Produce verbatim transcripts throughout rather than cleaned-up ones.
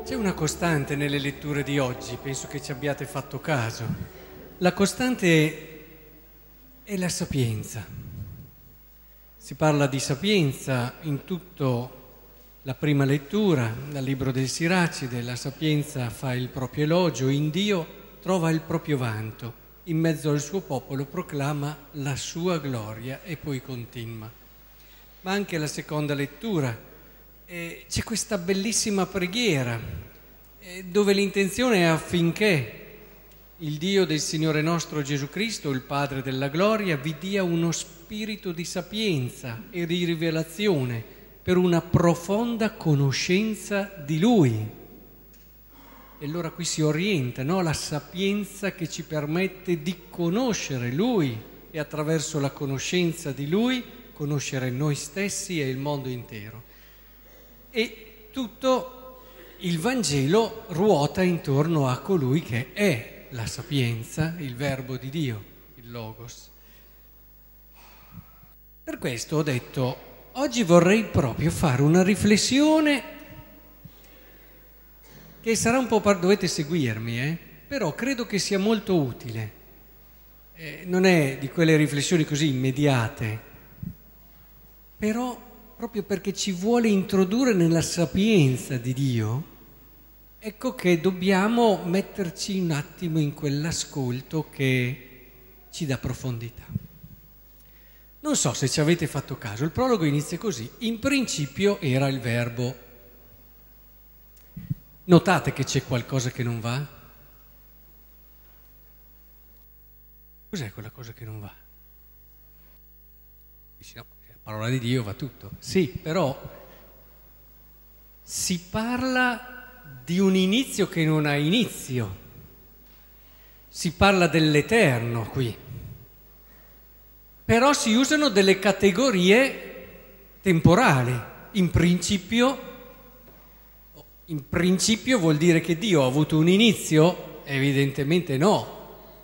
C'è una costante nelle letture di oggi, penso che ci abbiate fatto caso. La costante è la sapienza. Si parla di sapienza in tutto la prima lettura, dal libro del Siracide. La sapienza fa il proprio elogio, in Dio trova il proprio vanto, in mezzo al suo popolo proclama la sua gloria e poi continua. Ma anche la seconda lettura, eh, c'è questa bellissima preghiera eh, dove l'intenzione è affinché il Dio del Signore nostro Gesù Cristo, il Padre della gloria, vi dia uno spirito di sapienza e di rivelazione per una profonda conoscenza di Lui. E allora qui si orienta, no? La sapienza che ci permette di conoscere Lui e attraverso la conoscenza di Lui conoscere noi stessi e il mondo intero. E tutto il Vangelo ruota intorno a colui che è la sapienza, il Verbo di Dio, il Logos. Per questo ho detto, oggi vorrei proprio fare una riflessione che sarà un po', par- dovete seguirmi, eh? Però credo che sia molto utile. Eh, non è di quelle riflessioni così immediate, però proprio perché ci vuole introdurre nella sapienza di Dio, ecco che dobbiamo metterci un attimo in quell'ascolto che ci dà profondità. Non so se ci avete fatto caso, il prologo inizia così: in principio era il Verbo. Notate che c'è qualcosa che non va? Cos'è quella cosa che non va? Dici no, la parola di Dio va tutto. Sì, però si parla di un inizio che non ha inizio. Si parla dell'eterno qui. Però si usano delle categorie temporali. In principio, in principio vuol dire che Dio ha avuto un inizio? Evidentemente no.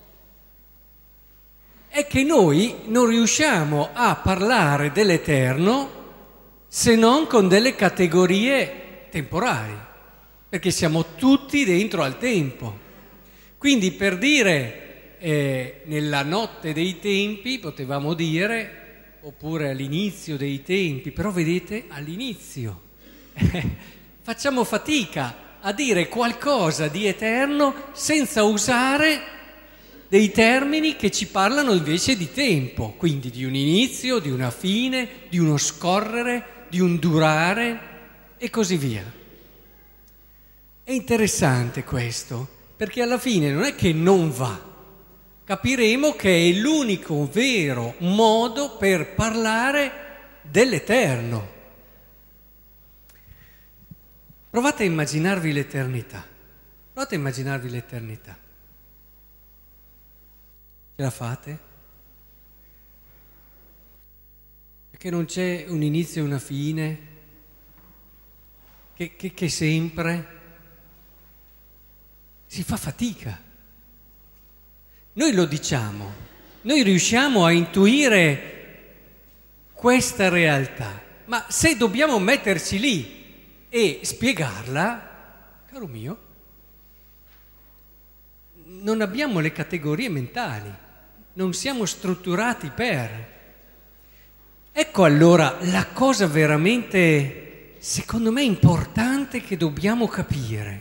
È che noi non riusciamo a parlare dell'eterno se non con delle categorie temporali, perché siamo tutti dentro al tempo. Quindi per dire eh, nella notte dei tempi potevamo dire, oppure all'inizio dei tempi, però vedete, all'inizio facciamo fatica a dire qualcosa di eterno senza usare dei termini che ci parlano invece di tempo, quindi di un inizio, di una fine, di uno scorrere, di un durare e così via. È interessante questo, perché alla fine non è che non va, capiremo che è l'unico vero modo per parlare dell'eterno. Provate a immaginarvi l'eternità, provate a immaginarvi l'eternità. Ce la fate? Perché non c'è un inizio e una fine, che, che, che sempre si fa fatica. Noi lo diciamo, noi riusciamo a intuire questa realtà, ma se dobbiamo metterci lì e spiegarla, caro mio, non abbiamo le categorie mentali. Non siamo strutturati per. Ecco allora la cosa veramente, secondo me, importante che dobbiamo capire,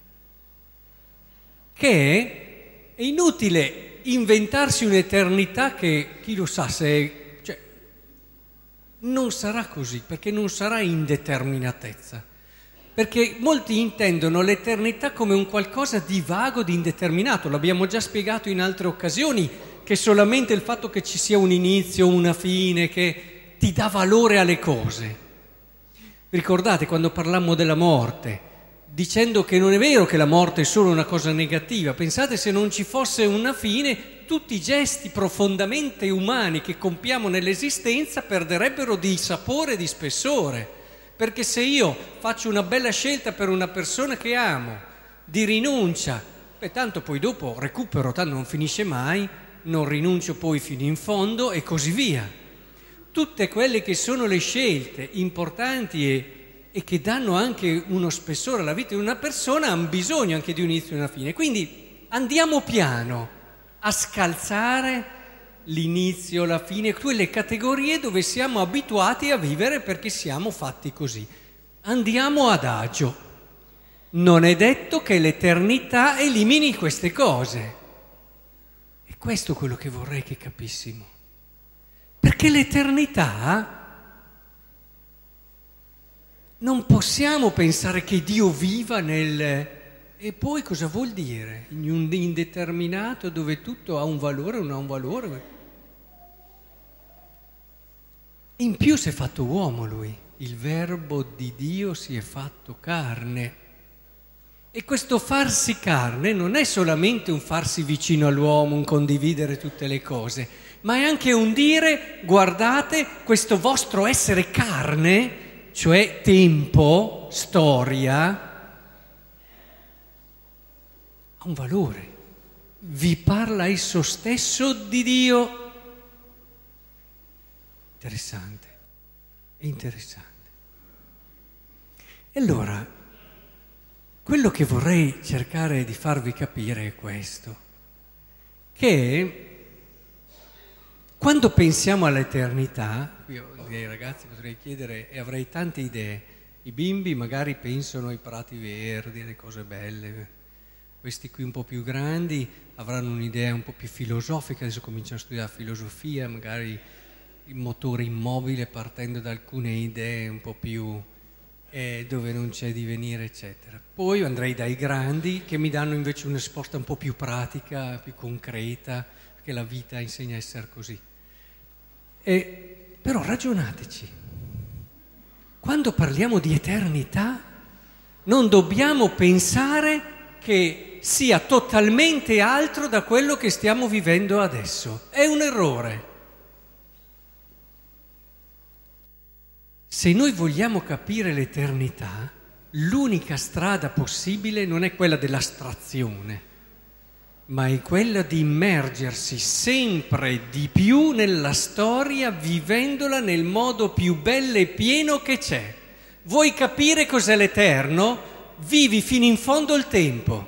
che è inutile inventarsi un'eternità che chi lo sa se, cioè, non sarà così, perché non sarà indeterminatezza. Perché molti intendono l'eternità come un qualcosa di vago, di indeterminato. L'abbiamo già spiegato in altre occasioni, che solamente il fatto che ci sia un inizio, una fine, che ti dà valore alle cose. Ricordate quando parlammo della morte, dicendo che non è vero che la morte è solo una cosa negativa. Pensate, se non ci fosse una fine, tutti i gesti profondamente umani che compiamo nell'esistenza perderebbero di sapore e di spessore. Perché se io faccio una bella scelta per una persona che amo, di rinuncia, beh, tanto poi dopo recupero, tanto non finisce mai, non rinuncio poi fino in fondo e così via. Tutte quelle che sono le scelte importanti e e che danno anche uno spessore alla vita di una persona, hanno bisogno anche di un inizio e una fine. Quindi andiamo piano a scalzare l'inizio, la fine, quelle categorie dove siamo abituati a vivere perché siamo fatti così. Andiamo adagio. Non è detto che l'eternità elimini queste cose. E questo è quello che vorrei che capissimo. Perché l'eternità non possiamo pensare che Dio viva nel... E poi cosa vuol dire? In un indeterminato dove tutto ha un valore o non ha un valore? In più si è fatto uomo lui, il verbo di Dio si è fatto carne. E questo farsi carne non è solamente un farsi vicino all'uomo, un condividere tutte le cose, ma è anche un dire, guardate, questo vostro essere carne, cioè tempo, storia, ha un valore. Vi parla esso stesso di Dio. Interessante, è interessante. E allora, quello che vorrei cercare di farvi capire è questo, che quando pensiamo all'eternità, io ai ragazzi potrei chiedere e avrei tante idee, i bimbi magari pensano ai prati verdi, alle cose belle, questi qui un po' più grandi avranno un'idea un po' più filosofica, adesso cominciano a studiare filosofia, magari il motore immobile partendo da alcune idee un po' più eh, dove non c'è divenire, eccetera. Poi andrei dai grandi che mi danno invece una risposta un po' più pratica, più concreta, perché la vita insegna a essere così. E, però ragionateci, quando parliamo di eternità non dobbiamo pensare che sia totalmente altro da quello che stiamo vivendo adesso. È un errore. Se noi vogliamo capire l'eternità, l'unica strada possibile non è quella dell'astrazione, ma è quella di immergersi sempre di più nella storia, vivendola nel modo più bello e pieno che c'è. Vuoi capire cos'è l'eterno? Vivi fino in fondo il tempo.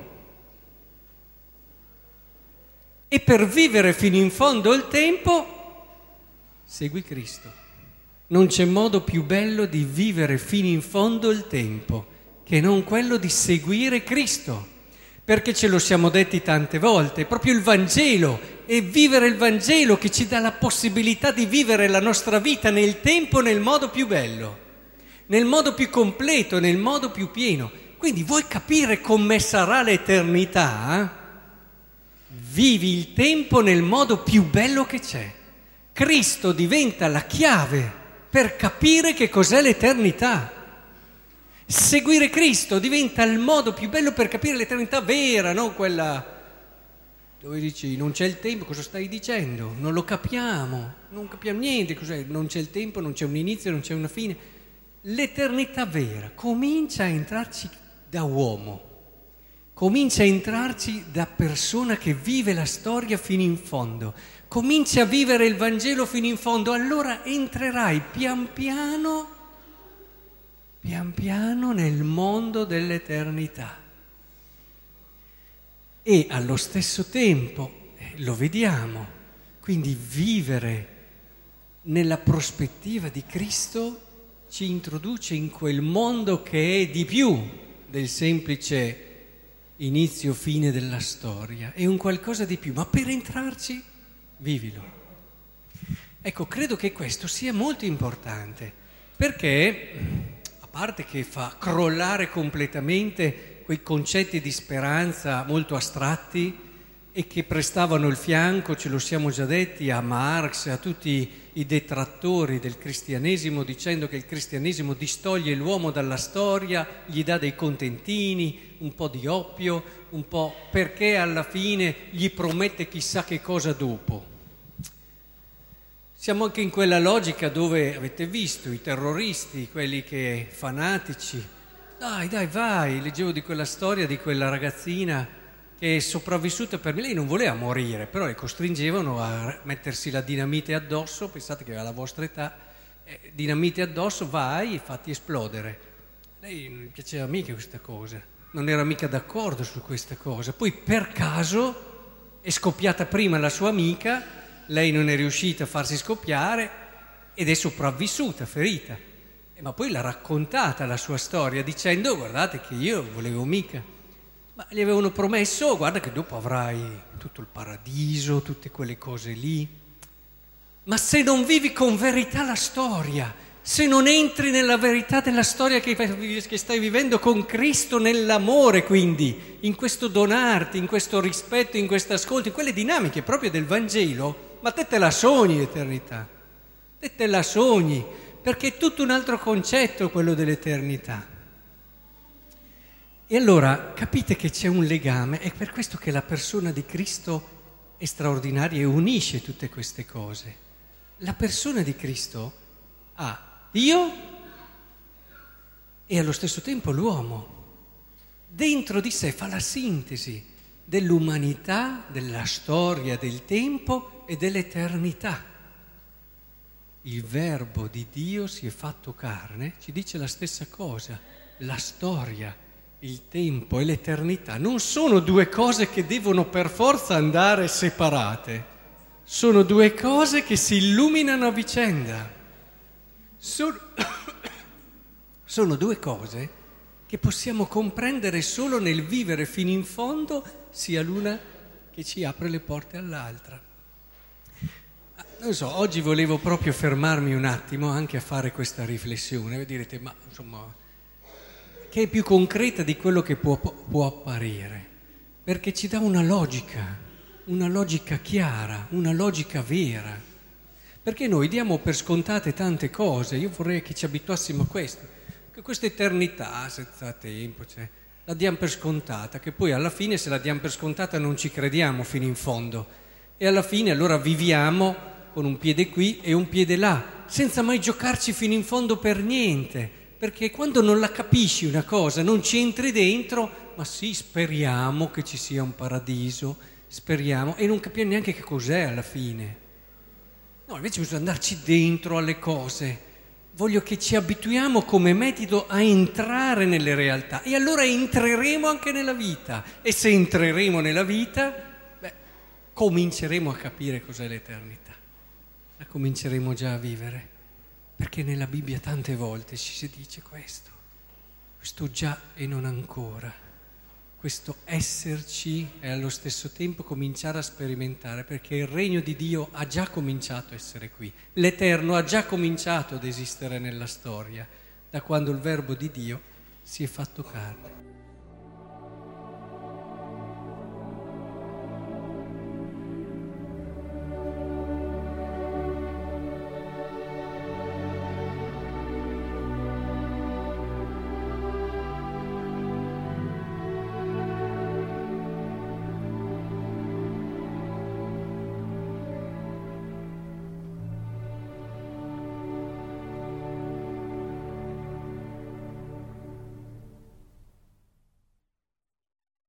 E per vivere fino in fondo il tempo, segui Cristo. Non c'è modo più bello di vivere fino in fondo il tempo che non quello di seguire Cristo. Perché ce lo siamo detti tante volte, è proprio il Vangelo, è vivere il Vangelo che ci dà la possibilità di vivere la nostra vita nel tempo nel modo più bello, nel modo più completo, nel modo più pieno. Quindi vuoi capire come sarà l'eternità? Vivi il tempo nel modo più bello che c'è. Cristo diventa la chiave per capire che cos'è l'eternità. Seguire Cristo diventa il modo più bello per capire l'eternità vera, non quella dove dici non c'è il tempo, cosa stai dicendo? Non lo capiamo, non capiamo niente, cos'è? Non c'è il tempo, non c'è un inizio, non c'è una fine. L'eternità vera comincia a entrarci da uomo, comincia a entrarci da persona che vive la storia fino in fondo, comincia a vivere il Vangelo fino in fondo, allora entrerai pian piano pian piano nel mondo dell'eternità. E allo stesso tempo, eh, lo vediamo, quindi vivere nella prospettiva di Cristo ci introduce in quel mondo che è di più del semplice inizio-fine della storia, è un qualcosa di più, ma per entrarci, vivilo. Ecco, credo che questo sia molto importante, perché a parte che fa crollare completamente quei concetti di speranza molto astratti e che prestavano il fianco, ce lo siamo già detti, a Marx, a tutti i detrattori del cristianesimo, dicendo che il cristianesimo distoglie l'uomo dalla storia, gli dà dei contentini, un po' di oppio, un po' perché alla fine gli promette chissà che cosa dopo. Siamo anche in quella logica dove, avete visto, i terroristi, quelli che fanatici, dai, dai, vai, leggevo di quella storia di quella ragazzina che è sopravvissuta per me, lei non voleva morire, però le costringevano a mettersi la dinamite addosso, pensate che aveva la vostra età, eh, dinamite addosso, vai e fatti esplodere. lei non gli piaceva mica questa cosa, non era mica d'accordo su questa cosa. Poi per caso è scoppiata prima la sua amica, lei non è riuscita a farsi scoppiare ed è sopravvissuta, ferita. Eh, ma poi l'ha raccontata la sua storia dicendo: guardate che io volevo mica. Ma gli avevano promesso: guarda che dopo avrai tutto il paradiso, tutte quelle cose lì. Ma se non vivi con verità la storia, se non entri nella verità della storia che, che stai vivendo con Cristo, nell'amore quindi, in questo donarti, in questo rispetto, in questo ascolto, in quelle dinamiche proprio del Vangelo, ma te te la sogni l'eternità, te te la sogni, perché è tutto un altro concetto quello dell'eternità. E allora capite che c'è un legame, è per questo che la persona di Cristo è straordinaria e unisce tutte queste cose. La persona di Cristo ha Dio e allo stesso tempo l'uomo. Dentro di sé fa la sintesi dell'umanità, della storia, del tempo e dell'eternità. Il Verbo di Dio si è fatto carne, ci dice la stessa cosa. La storia, il tempo e l'eternità non sono due cose che devono per forza andare separate. Sono due cose che si illuminano a vicenda. Sono, sono due cose che possiamo comprendere solo nel vivere fino in fondo, sia l'una che ci apre le porte all'altra. Non so, oggi volevo proprio fermarmi un attimo anche a fare questa riflessione. Voi direte, ma insomma, che è più concreta di quello che può, può apparire, perché ci dà una logica. Una logica chiara, una logica vera, perché noi diamo per scontate tante cose. Io vorrei che ci abituassimo a questo, che questa eternità senza tempo, cioè, la diamo per scontata, che poi alla fine se la diamo per scontata non ci crediamo fino in fondo e alla fine allora viviamo con un piede qui e un piede là, senza mai giocarci fino in fondo per niente, perché quando non la capisci una cosa, non ci entri dentro, ma sì, speriamo che ci sia un paradiso, speriamo, e non capiamo neanche che cos'è alla fine. No, invece bisogna andarci dentro alle cose. Voglio che ci abituiamo come metodo a entrare nelle realtà e allora entreremo anche nella vita. E se entreremo nella vita, beh, cominceremo a capire cos'è l'eternità. La cominceremo già a vivere, perché nella Bibbia tante volte ci si dice questo, questo già e non ancora. Questo esserci e allo stesso tempo cominciare a sperimentare, perché il regno di Dio ha già cominciato a essere qui. L'Eterno ha già cominciato ad esistere nella storia, da quando il Verbo di Dio si è fatto carne.